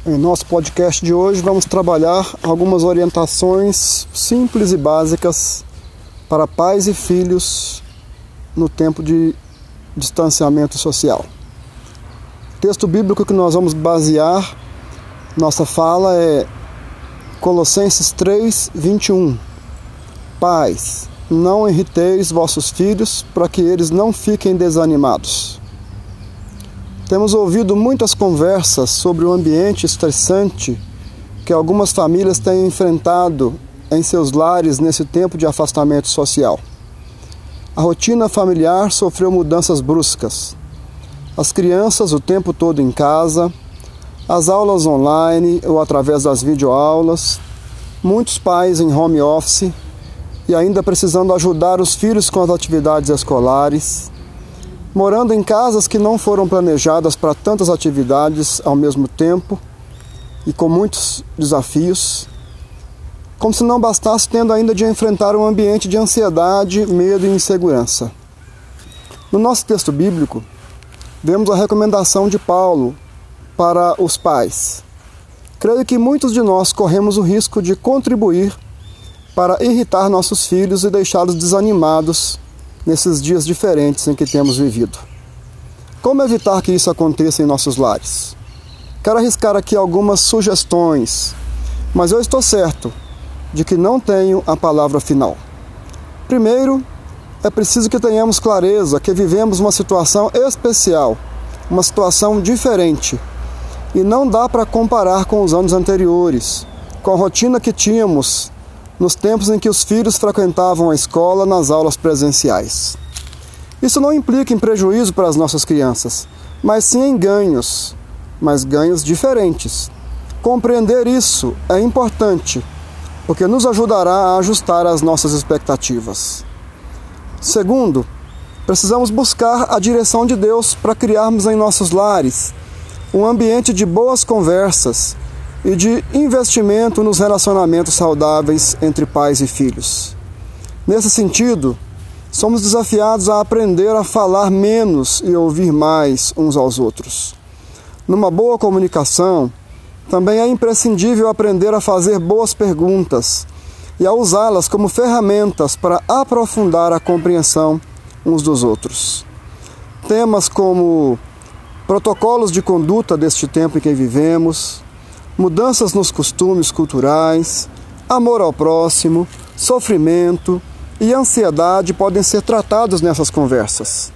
Em nosso podcast de hoje vamos trabalhar algumas orientações simples e básicas para pais e filhos no tempo de distanciamento social. O texto bíblico que nós vamos basear nossa fala é Colossenses 3, 21. Pais, não irriteis vossos filhos para que eles não fiquem desanimados. Temos ouvido muitas conversas sobre o ambiente estressante que algumas famílias têm enfrentado em seus lares nesse tempo de afastamento social. A rotina familiar sofreu mudanças bruscas. As crianças o tempo todo em casa, as aulas online ou através das videoaulas, muitos pais em home office e ainda precisando ajudar os filhos com as atividades escolares, morando em casas que não foram planejadas para tantas atividades ao mesmo tempo e com muitos desafios, como se não bastasse tendo ainda de enfrentar um ambiente de ansiedade, medo e insegurança. No nosso texto bíblico, vemos a recomendação de Paulo para os pais. Creio que muitos de nós corremos o risco de contribuir para irritar nossos filhos e deixá-los desanimados nesses dias diferentes em que temos vivido. Como evitar que isso aconteça em nossos lares? Quero arriscar aqui algumas sugestões, mas eu estou certo de que não tenho a palavra final. Primeiro, é preciso que tenhamos clareza que vivemos uma situação especial, uma situação diferente, e não dá para comparar com os anos anteriores, com a rotina que tínhamos nos tempos em que os filhos frequentavam a escola nas aulas presenciais. Isso não implica em prejuízo para as nossas crianças, mas sim em ganhos, mas ganhos diferentes. Compreender isso é importante, porque nos ajudará a ajustar as nossas expectativas. Segundo, precisamos buscar a direção de Deus para criarmos em nossos lares um ambiente de boas conversas e de investimento nos relacionamentos saudáveis entre pais e filhos. Nesse sentido, somos desafiados a aprender a falar menos e ouvir mais uns aos outros. Numa boa comunicação, também é imprescindível aprender a fazer boas perguntas e a usá-las como ferramentas para aprofundar a compreensão uns dos outros. Temas como protocolos de conduta deste tempo em que vivemos, mudanças nos costumes culturais, amor ao próximo, sofrimento e ansiedade podem ser tratados nessas conversas.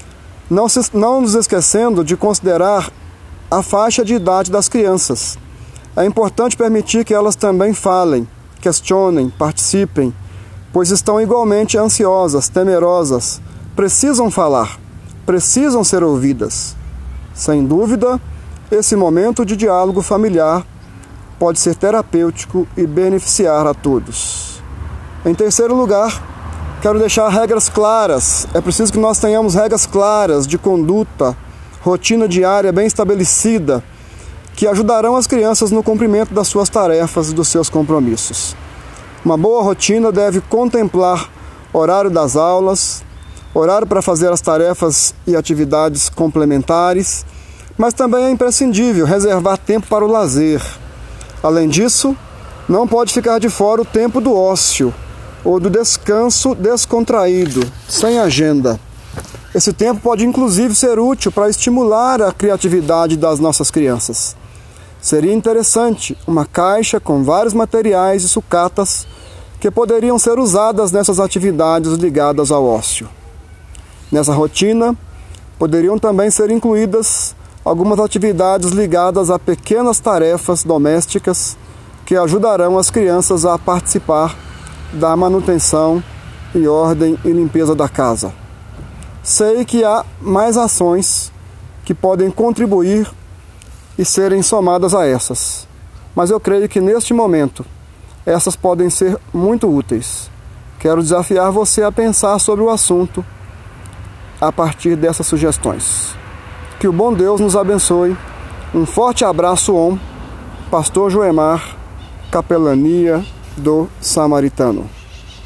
Não nos esquecendo de considerar a faixa de idade das crianças. É importante permitir que elas também falem, questionem, participem, pois estão igualmente ansiosas, temerosas, precisam falar, precisam ser ouvidas. Sem dúvida, esse momento de diálogo familiar pode ser terapêutico e beneficiar a todos. Em terceiro lugar, quero deixar regras claras. É preciso que nós tenhamos regras claras de conduta, rotina diária bem estabelecida, que ajudarão as crianças no cumprimento das suas tarefas e dos seus compromissos. Uma boa rotina deve contemplar horário das aulas, horário para fazer as tarefas e atividades complementares, mas também é imprescindível reservar tempo para o lazer. Além disso, não pode ficar de fora o tempo do ócio ou do descanso descontraído, sem agenda. Esse tempo pode inclusive ser útil para estimular a criatividade das nossas crianças. Seria interessante uma caixa com vários materiais e sucatas que poderiam ser usadas nessas atividades ligadas ao ócio. Nessa rotina, poderiam também ser incluídas algumas atividades ligadas a pequenas tarefas domésticas que ajudarão as crianças a participar da manutenção e ordem e limpeza da casa. Sei que há mais ações que podem contribuir e serem somadas a essas, mas eu creio que neste momento essas podem ser muito úteis. Quero desafiar você a pensar sobre o assunto a partir dessas sugestões. Que o bom Deus nos abençoe. Um forte abraço, Pastor Joemar, Capelania do Samaritano.